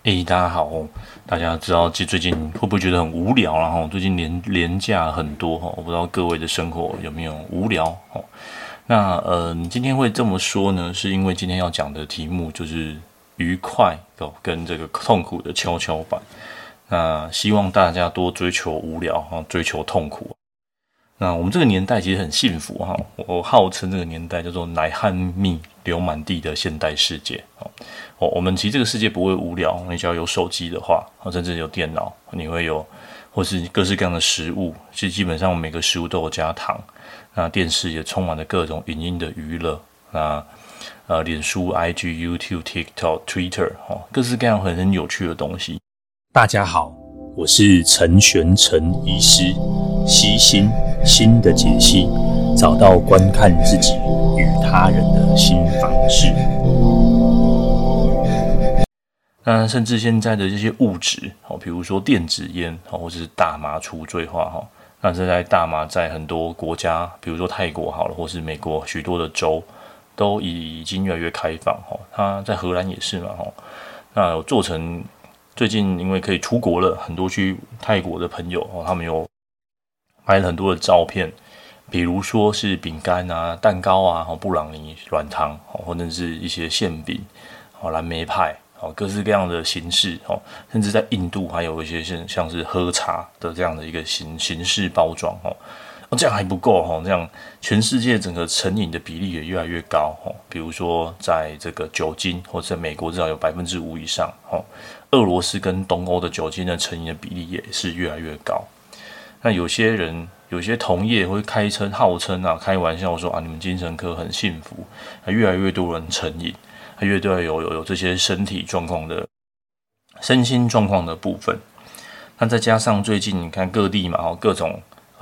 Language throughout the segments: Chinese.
大家好哦。大家知道最近会不会觉得很无聊？然后最近连假很多哈，我不知道各位的生活有没有无聊哦。那今天会这么说呢，是因为今天要讲的题目就是愉快跟这个痛苦的跷跷板。那希望大家多追求无聊，追求痛苦。那我们这个年代其实很幸福哈，我号称这个年代叫做奶和蜜流满地的现代世界。我们其实这个世界不会无聊，你只要有手机的话，甚至有电脑，你会有或是各式各样的食物，其实基本上每个食物都有加糖。那电视也充满了各种影音的娱乐，那脸书、IG、YouTube、TikTok、Twitter，各式各样很有趣的东西。 大家好，我是陈玄陈医师，析心的解析，找到观看自己与他人的新方式。 那甚至现在的这些物质，比如说电子烟，或者是大麻除罪化，那这在大麻在很多国家，比如说泰国好了，或是美国许多的州，都已经越来越开放。它在荷兰也是嘛，那有做成最近因为可以出国了，很多去泰国的朋友，他们有拍了很多的照片，比如说是饼干啊、蛋糕啊、布朗尼、软糖，或者是一些馅饼、蓝莓派。各式各样的形式，甚至在印度还有一些像是喝茶的这样的一个形式包装，这样还不够，这样全世界整个成瘾的比例也越来越高，比如说在这个酒精，或者在美国至少有5%以上，俄罗斯跟东欧的酒精的成瘾的比例也是越来越高。那有些人有些同业会号称开玩笑说你们精神科很幸福，越来越多人成瘾。乐队有这些身心状况的部分，那再加上最近你看各地嘛，各种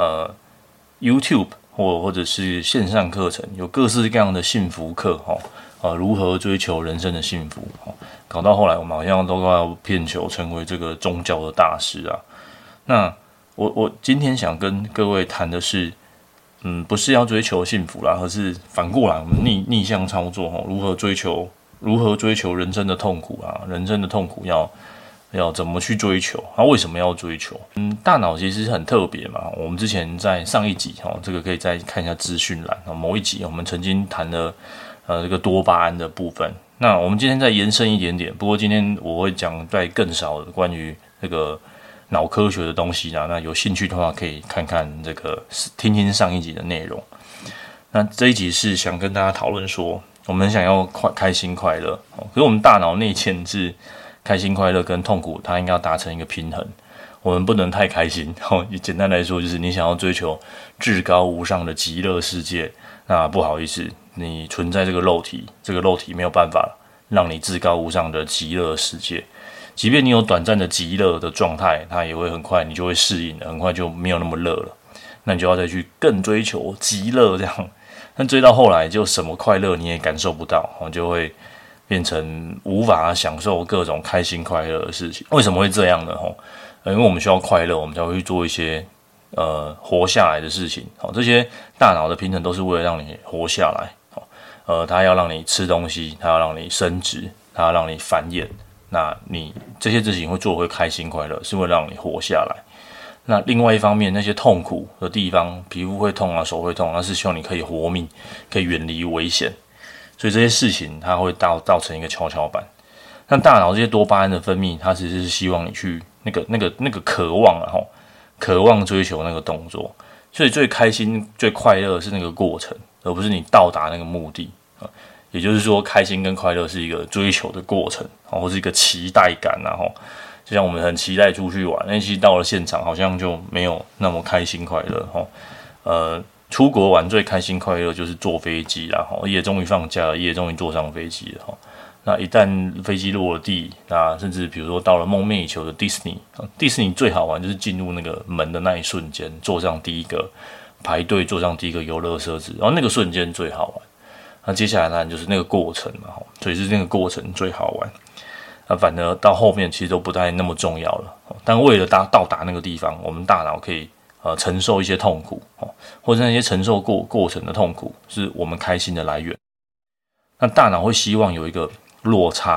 YouTube 或者是线上课程，有各式各样的幸福课，如何追求人生的幸福，搞到后来我们好像都要骗求成为这个宗教的大师啊。那我今天想跟各位谈的是，不是要追求幸福啦，而是反过来我们逆向操作，如何追求人生的痛苦啊？人生的痛苦要怎么去追求？为什么要追求？大脑其实很特别嘛。我们之前在上一集这个可以再看一下资讯栏，某一集我们曾经谈了这个多巴胺的部分。那我们今天再延伸一点点，不过今天我会讲在更少的关于这个脑科学的东西啦。那有兴趣的话可以看看这个听上一集的内容。那这一集是想跟大家讨论说，我们想要开心快乐，可是我们大脑内嵌是开心快乐跟痛苦，它应该要达成一个平衡。我们不能太开心，简单来说就是你想要追求至高无上的极乐世界，那不好意思，你存在这个肉体没有办法让你至高无上的极乐世界。即便你有短暂的极乐的状态，它也会很快你就会适应了，很快就没有那么热了。那你就要再去更追求极乐这样。但追到后来，就什么快乐你也感受不到，就会变成无法享受各种开心快乐的事情。为什么会这样呢？因为我们需要快乐，我们才会去做一些活下来的事情。这些大脑的平衡都是为了让你活下来。它要让你吃东西，它要让你生殖，它要让你繁衍。那你这些事情会开心快乐，是为了让你活下来。那另外一方面，那些痛苦的地方，皮肤会痛手会痛，那是希望你可以活命，可以远离危险。所以这些事情它会造成一个跷跷板。那大脑这些多巴胺的分泌，它其实是希望你去那个渴望渴望追求那个动作。所以最开心、最快乐的是那个过程，而不是你到达那个目的。也就是说，开心跟快乐是一个追求的过程，或是一个期待感就像我们很期待出去玩，但其实到了现场好像就没有那么开心快乐出国玩最开心快乐就是坐飞机啦，也终于放假了，也终于坐上飞机了那一旦飞机落了地，那甚至比如说到了梦寐以求的迪士尼最好玩就是进入那个门的那一瞬间，排队坐上第一个游乐设施，然后那个瞬间最好玩。那接下来当然就是那个过程嘛，所以是那个过程最好玩。反而到后面其实都不太那么重要了。但为了到达那个地方，我们大脑可以承受一些痛苦或者那些承受过程的痛苦是我们开心的来源。那大脑会希望有一个落差感，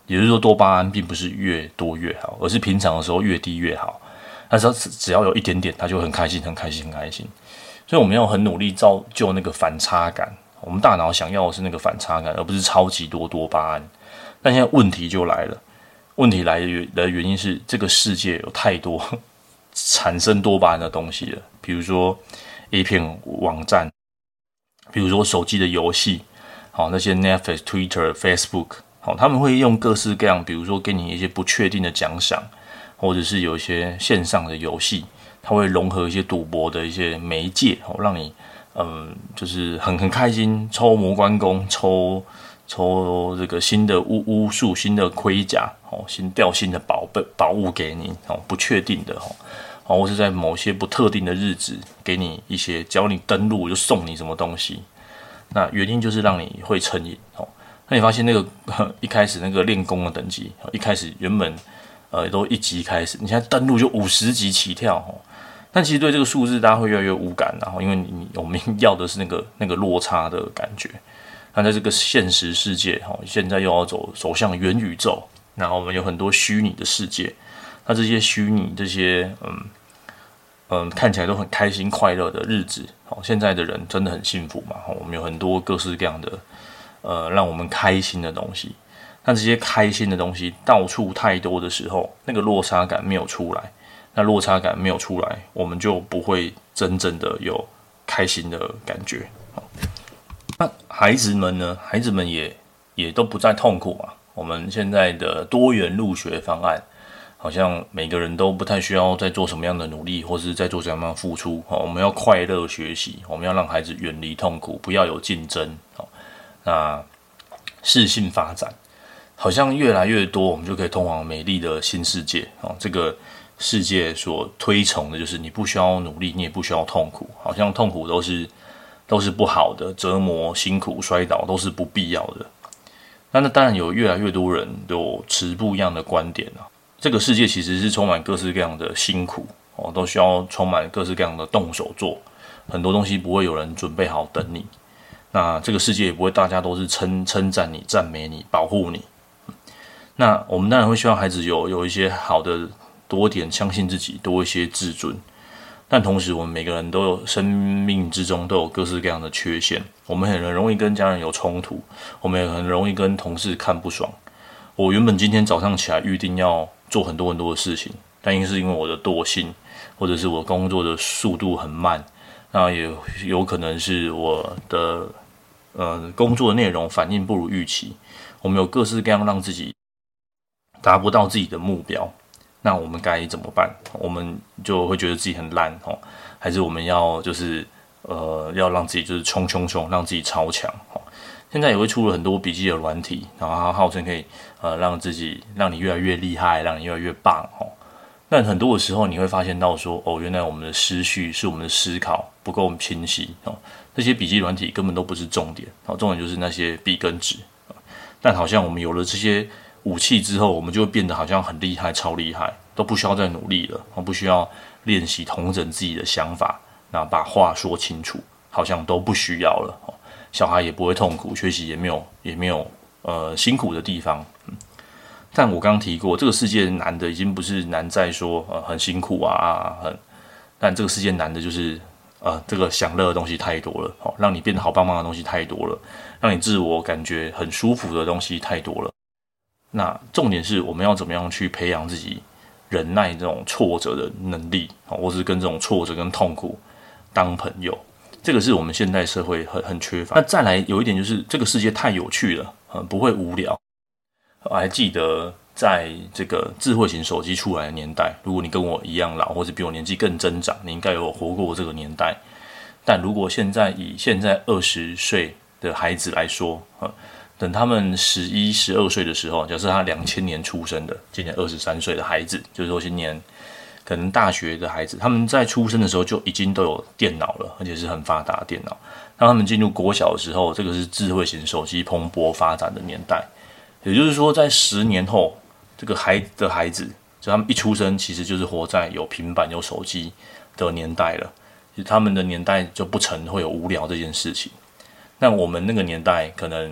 也就是说，多巴胺并不是越多越好，而是平常的时候越低越好。但是只要有一点点，他就很开心，很开心，很开心。所以我们要很努力造就那个反差感。我们大脑想要的是那个反差感，而不是超级多多巴胺。但现在问题就来了，问题来的原因是这个世界有太多产生多巴胺的东西了，比如说 A 片网站，比如说手机的游戏，好，那些 Netflix、Twitter、Facebook， 好，他们会用各式各样，比如说给你一些不确定的奖赏，或者是有一些线上的游戏，它会融合一些赌博的一些媒介，让你就是很开心，抽魔关公，抽这个新的巫术、新的盔甲，新的宝物给你，不确定的，或是在某些不特定的日子给你一些，只要你登录就送你什么东西。那原因就是让你会成瘾。那你发现那个一开始那个练功的等级，一开始原本都1级开始，你现在登录就50级起跳。但其实对这个数字大家会越来越无感，然后因为我们要的是那个落差的感觉。那在这个现实世界，现在又要走向元宇宙，那我们有很多虚拟的世界。那这些虚拟这些看起来都很开心快乐的日子，现在的人真的很幸福嘛？我们有很多各式各样的让我们开心的东西。那这些开心的东西到处太多的时候，那个落差感没有出来。那落差感没有出来，我们就不会真正的有开心的感觉。那孩子们呢？孩子们也都不再痛苦嘛。我们现在的多元入学方案，好像每个人都不太需要再做什么样的努力，或是在做什么样的付出。我们要快乐学习，我们要让孩子远离痛苦，不要有竞争。那适性发展，好像越来越多，我们就可以通往美丽的新世界。这个世界所推崇的就是你不需要努力，你也不需要痛苦，好像痛苦都是不好的，折磨、辛苦、摔倒都是不必要的。那当然有越来越多人有持不一样的观点啊。这个世界其实是充满各式各样的辛苦都需要充满各式各样的动手做，很多东西不会有人准备好等你。那这个世界也不会大家都是称赞你、赞美你、保护你。那我们当然会希望孩子有一些好的。多点相信自己，多一些自尊。但同时，我们每个人都有生命之中都有各式各样的缺陷。我们很容易跟家人有冲突，我们也很容易跟同事看不爽。我原本今天早上起来预定要做很多的事情，但因为我的惰性，或者是我工作的速度很慢，那也有可能是我的工作的内容反应不如预期。我们有各式各样让自己达不到自己的目标。那我们该怎么办？我们就会觉得自己很烂还是我们要就是要让自己就是冲，让自己超强现在也会出了很多笔记的软体，然后它号称可以让你越来越厉害，让你越来越棒但很多的时候你会发现到说原来我们的思绪是我们的思考不够清晰这些笔记软体根本都不是重点重点就是那些笔跟纸但好像我们有了这些武器之后，我们就会变得好像很厉害、超厉害，都不需要再努力了，不需要练习统整自己的想法，那把话说清楚，好像都不需要了。小孩也不会痛苦，学习也没有辛苦的地方。但我刚刚提过，这个世界难的已经不是难在说很辛苦但这个世界难的就是这个享乐的东西太多了，让你变得好棒棒的东西太多了，让你自我感觉很舒服的东西太多了。那重点是我们要怎么样去培养自己忍耐这种挫折的能力，或是跟这种挫折跟痛苦当朋友，这个是我们现代社会很缺乏。那再来有一点就是这个世界太有趣了，不会无聊。我还记得在这个智慧型手机出来的年代，如果你跟我一样老，或者比我年纪更增长，你应该有活过这个年代。但如果以现在20岁的孩子来说，等他们11、12岁的时候，假设他2000年出生的，今年23岁的孩子，就是说今年可能大学的孩子，他们在出生的时候就已经都有电脑了，而且是很发达的电脑。当他们进入国小的时候，这个是智慧型手机蓬勃发展的年代。也就是说，在10年后，这个孩子，就他们一出生，其实就是活在有平板、有手机的年代了。其实他们的年代就不曾会有无聊这件事情。那我们那个年代可能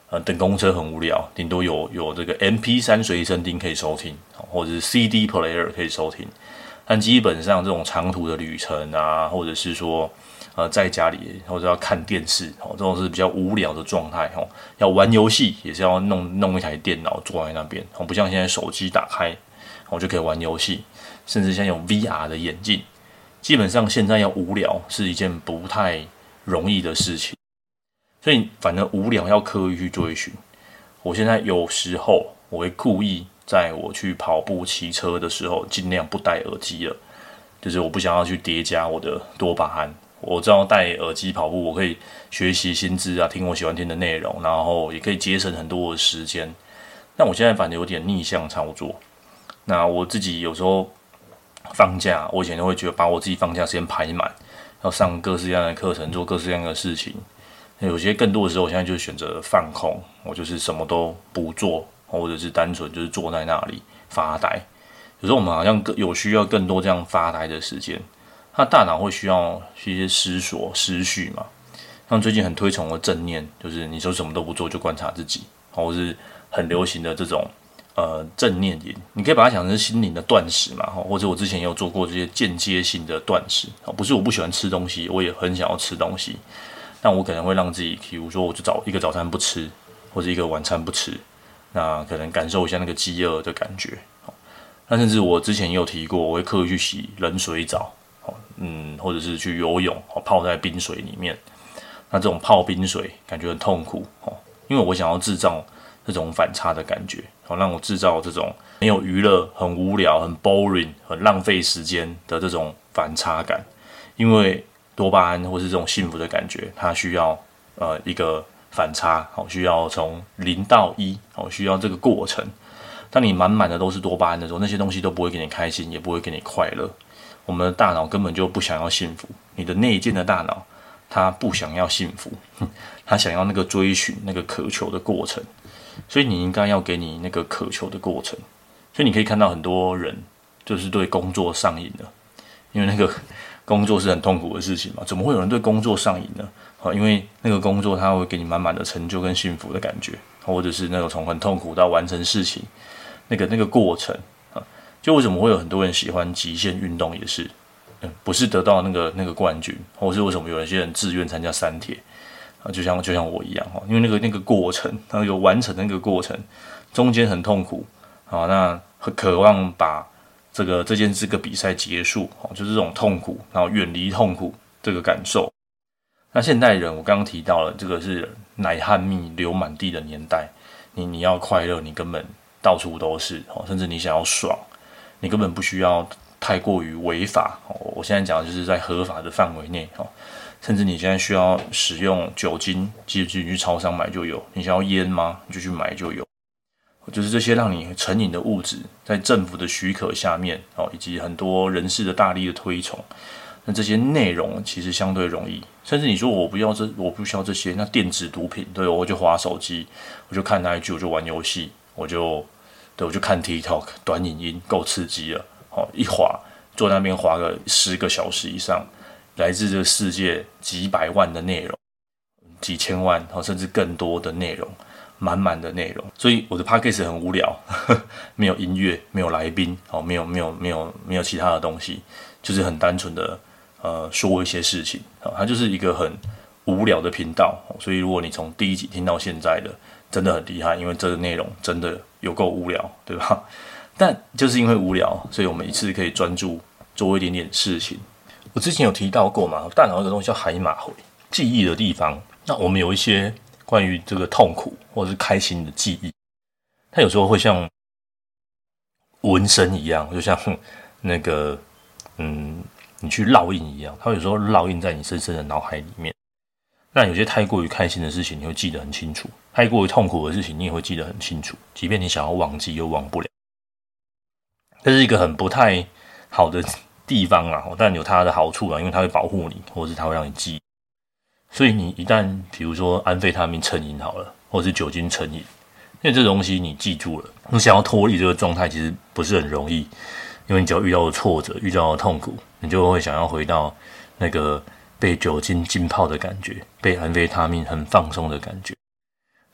等公车很无聊，顶多有这个 MP3 随身听可以收听，或者是 CD player 可以收听。但基本上这种长途的旅程啊，或者是说在家里或者要看电视，这种是比较无聊的状态。要玩游戏也是要弄一台电脑坐在那边，不像现在手机打开我就可以玩游戏，甚至像有 VR 的眼镜。基本上现在要无聊是一件不太容易的事情。所以反正无聊要刻意去追寻。我现在有时候我会故意在我去跑步、骑车的时候，尽量不戴耳机了，就是我不想要去叠加我的多巴胺。我知道戴耳机跑步，我可以学习新知啊，听我喜欢听的内容，然后也可以节省很多的时间。但我现在反正有点逆向操作。那我自己有时候放假，我以前都会觉得把我自己放假时间排满，要上各式各样的课程，做各式各样的事情。有些更多的时候，我现在就选择放空，我就是什么都不做，或者是单纯就是坐在那里发呆。有时候我们好像有需要更多这样发呆的时间，他大脑会需要一些思索、思绪嘛。像最近很推崇的正念，就是你说什么都不做就观察自己，或是很流行的这种正念营，你可以把它想成是心灵的断食嘛，或者我之前也有做过这些间接性的断食。不是我不喜欢吃东西，我也很想要吃东西。但我可能会让自己，比如说，我就一个早餐不吃，或者一个晚餐不吃，那可能感受一下那个饥饿的感觉。那甚至我之前也有提过，我会刻意去洗冷水澡，或者是去游泳，泡在冰水里面。那这种泡冰水感觉很痛苦，因为我想要制造这种反差的感觉，让我制造这种没有娱乐、很无聊、很 boring、很浪费时间的这种反差感，因为多巴胺或是这种幸福的感觉，它需要一个反差，需要从0到1，需要这个过程。当你满满的都是多巴胺的时候，那些东西都不会给你开心，也不会给你快乐。我们的大脑根本就不想要幸福，你的内建的大脑，它不想要幸福，它想要那个追寻、那个渴求的过程。所以你应该要给你那个渴求的过程。所以你可以看到很多人就是对工作上瘾了，因为那个工作是很痛苦的事情嘛，怎么会有人对工作上瘾呢？因为那个工作它会给你满满的成就跟幸福的感觉，或者是那种从很痛苦到完成事情那个过程啊。就为什么会有很多人喜欢极限运动，也是，不是得到那个冠军，或是为什么有些人自愿参加3铁啊，就像我一样，因为那个过程，然后有完成那个过程，中间很痛苦啊，那很渴望把这个比赛结束，就是这种痛苦，然后远离痛苦这个感受。那现代人，我刚刚提到了，这个是奶和蜜流满地的年代，你要快乐，你根本到处都是，甚至你想要爽，你根本不需要太过于违法。我现在讲的就是在合法的范围内，甚至你现在需要使用酒精，其实你去超商买就有。你想要烟吗？你就去买就有。就是这些让你成瘾的物质，在政府的许可下面，以及很多人士的大力的推崇，那这些内容其实相对容易。甚至你说我不需要这些，那电子毒品，对，我就滑手机，我就看IG，我就玩游戏，我就看 TikTok 短影音，够刺激了。一滑，坐那边滑个10个小时以上，来自这个世界几百万的内容，几千万，甚至更多的内容。满满的内容，所以我的 podcast 很无聊，没有音乐，没有来宾，没有其他的东西，就是很单纯的说一些事情，它就是一个很无聊的频道。所以如果你从第1集听到现在的，真的很厉害，因为这个内容真的有够无聊，对吧？但就是因为无聊，所以我们一次可以专注做一点点事情。我之前有提到过嘛，大脑有个东西叫海马回，记忆的地方。那我们有一些关于这个痛苦或者是开心的记忆，它有时候会像纹身一样，就像那个你去烙印一样，它有时候烙印在你深深的脑海里面。那有些太过于开心的事情，你会记得很清楚；太过于痛苦的事情，你也会记得很清楚。即便你想要忘记，又忘不了。这是一个很不太好的地方啊，但有它的好处啊，因为它会保护你，或者是它会让你记忆。所以你一旦比如说安非他命成瘾好了，或者是酒精成瘾，因为这东西你记住了，你想要脱离这个状态其实不是很容易，因为你只要遇到的挫折、遇到的痛苦，你就会想要回到那个被酒精浸泡的感觉，被安非他命很放松的感觉。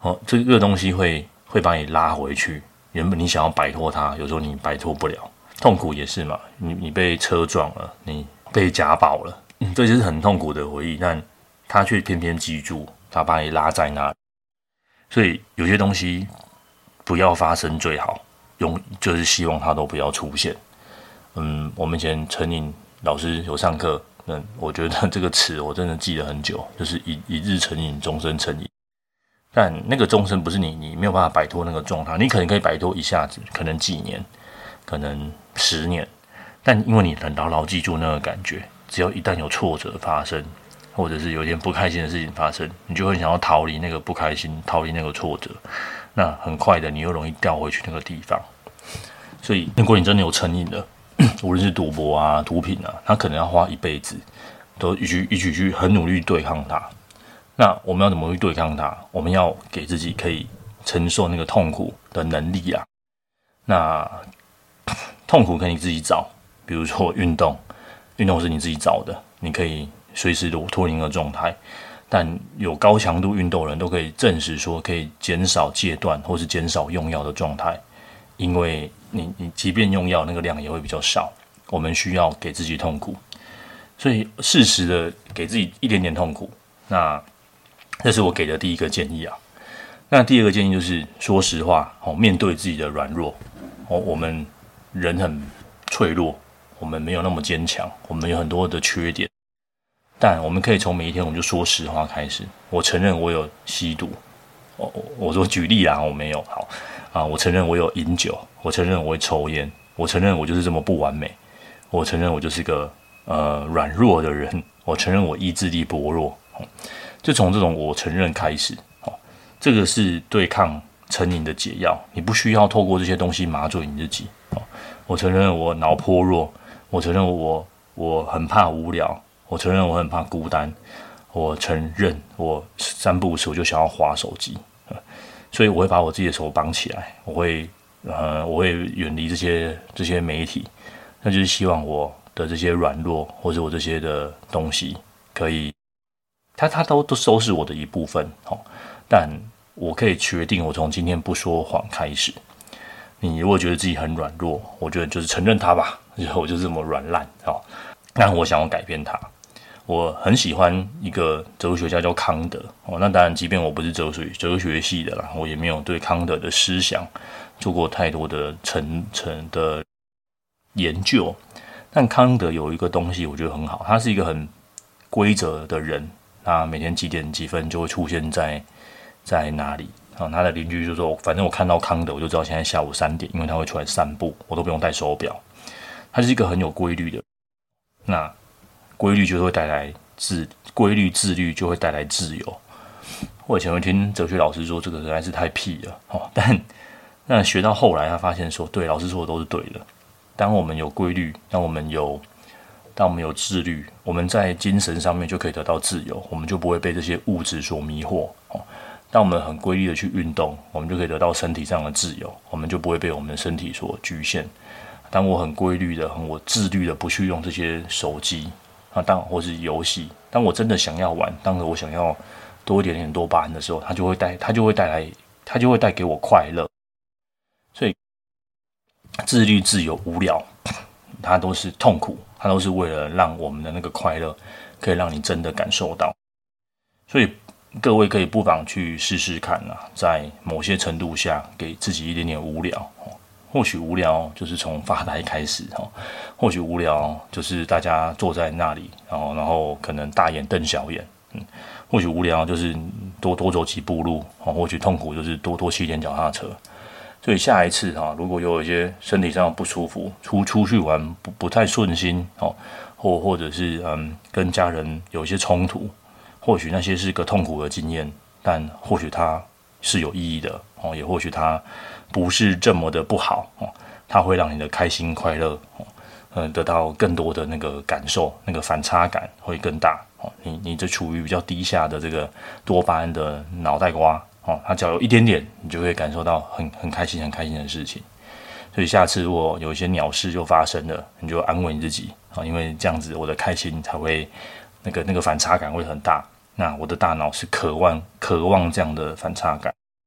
这个东西会把你拉回去。原本你想要摆脱它，有时候你摆脱不了。痛苦也是嘛，你被车撞了，你被家暴了，这就是很痛苦的回忆，但他却偏偏记住，他把你拉在那里。所以有些东西不要发生最好，就是希望它都不要出现。我们以前成瘾老师有上课，我觉得这个词我真的记得很久，就是一日成瘾，终身成瘾。但那个终身不是你没有办法摆脱那个状态，你可能可以摆脱一下子，可能几年，可能10年，但因为你很牢牢记住那个感觉，只要一旦有挫折发生，或者是有一件不开心的事情发生，你就会想要逃离那个不开心，逃离那个挫折，那很快的你又容易掉回去那个地方。所以如果你真的有成瘾了，无论是赌博啊、毒品啊，他可能要花一辈子都一起去很努力对抗它。那我们要怎么去对抗它？我们要给自己可以承受那个痛苦的能力啊。那痛苦可以你自己找，比如说运动是你自己找的，你可以随时脱离那个状态。但有高强度运动的人都可以证实说，可以减少戒断或是减少用药的状态，因为你即便用药，那个量也会比较少。我们需要给自己痛苦，所以适时的给自己一点点痛苦。那这是我给的第一个建议啊。那第二个建议就是说实话，面对自己的软弱。我们人很脆弱，我们没有那么坚强，我们有很多的缺点。但我们可以从每一天我们就说实话开始。我承认我有吸毒，我说举例啦，我没有好啊。我承认我有饮酒，我承认我会抽烟，我承认我就是这么不完美，我承认我就是个软弱的人，我承认我意志力薄弱。就从这种我承认开始，这个是对抗成瘾的解药。你不需要透过这些东西麻醉你自己。我承认我脑波弱，我承认我很怕无聊，我承认我很怕孤单，我承认我3不5时我就想要滑手机，所以我会把我自己的手绑起来，我会远离这些媒体，那就是希望我的这些软弱或者我这些的东西可以。它都是我的一部分，但我可以决定，我从今天不说谎开始。你如果觉得自己很软弱，我觉得就是承认它吧，我就这么软烂，但我想要改变它。我很喜欢一个哲学家叫康德，那当然，即便我不是哲学系的啦，我也没有对康德的思想做过太多的的研究。但康德有一个东西，我觉得很好，他是一个很规则的人。他每天几点几分就会出现在哪里他的邻居就说，反正我看到康德，我就知道现在下午3点，因为他会出来散步，我都不用带手表。他是一个很有规律的，那规律就会带来自律就会带来自由。我以前会听哲学老师说，这个实在是太屁了但那学到后来，他发现说，对，老师说的都是对的。当我们有规律，当我们有自律，我们在精神上面就可以得到自由，我们就不会被这些物质所迷惑。当我们很规律的去运动，我们就可以得到身体上的自由，我们就不会被我们的身体所局限。当我很规律的、我自律的不去用这些手机或是游戏，当我真的想要玩，当我想要多一点多巴胺的时候，它就会带给我快乐。所以自律、自由、无聊，它都是痛苦，它都是为了让我们的那个快乐可以让你真的感受到。所以各位可以不妨去试试看在某些程度下给自己一点点无聊。或许无聊就是从发呆开始，或许无聊就是大家坐在那里，然后可能大眼瞪小眼，或许无聊就是多走几步路，或许痛苦就是多骑点脚踏车。所以下一次如果有一些身体上不舒服，出去玩不太顺心，或者是跟家人有一些冲突，或许那些是个痛苦的经验，但或许它是有意义的，也或许它不是这么的不好，它会让你的开心快乐得到更多的那个感受，那个反差感会更大。你这处于比较低下的这个多巴胺的脑袋瓜，它只要有一点点，你就会感受到很开心的事情。所以下次如果有一些鸟事就发生了，你就安慰你自己，因为这样子我的开心才会那个反差感会很大。那我的大脑是渴望这样的反差感。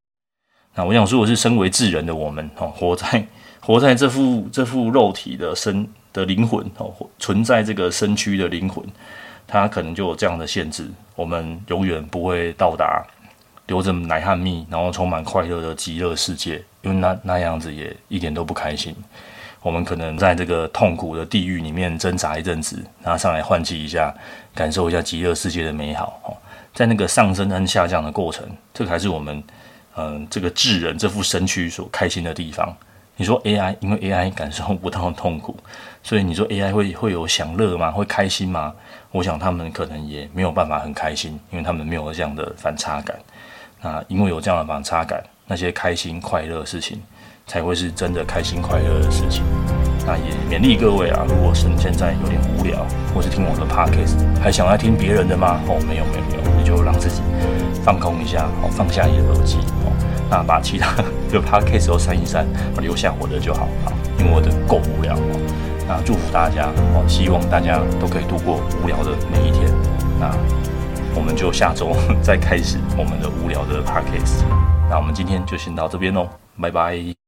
那我想说的是，身为智人的我们，活在这副肉体的灵魂，存在这个身躯的灵魂，它可能就有这样的限制，我们永远不会到达流着奶和蜜，然后充满快乐的极乐世界，因为那样子也一点都不开心。我们可能在这个痛苦的地狱里面挣扎一阵子，然后上来换气一下，感受一下极乐世界的美好。在那个上升和下降的过程，这个还是我们这个智人这副身躯所开心的地方。你说 AI， 因为 AI 感受不到痛苦，所以你说 AI 会有享乐吗？会开心吗？我想他们可能也没有办法很开心，因为他们没有这样的反差感。那因为有这样的反差感，那些开心快乐的事情才会是真的开心快乐的事情。那也勉励各位啊，如果是现在有点无聊，或是听我的 podcast 还想要听别人的吗？没有，你就让自己放空一下，放下你的耳机，那把其他的 podcast 都删一删，留下我的就好，因为我的够无聊。那祝福大家，希望大家都可以度过无聊的每一天。那我们就下周再开始我们的无聊的 podcast。那我们今天就先到这边喽，拜拜。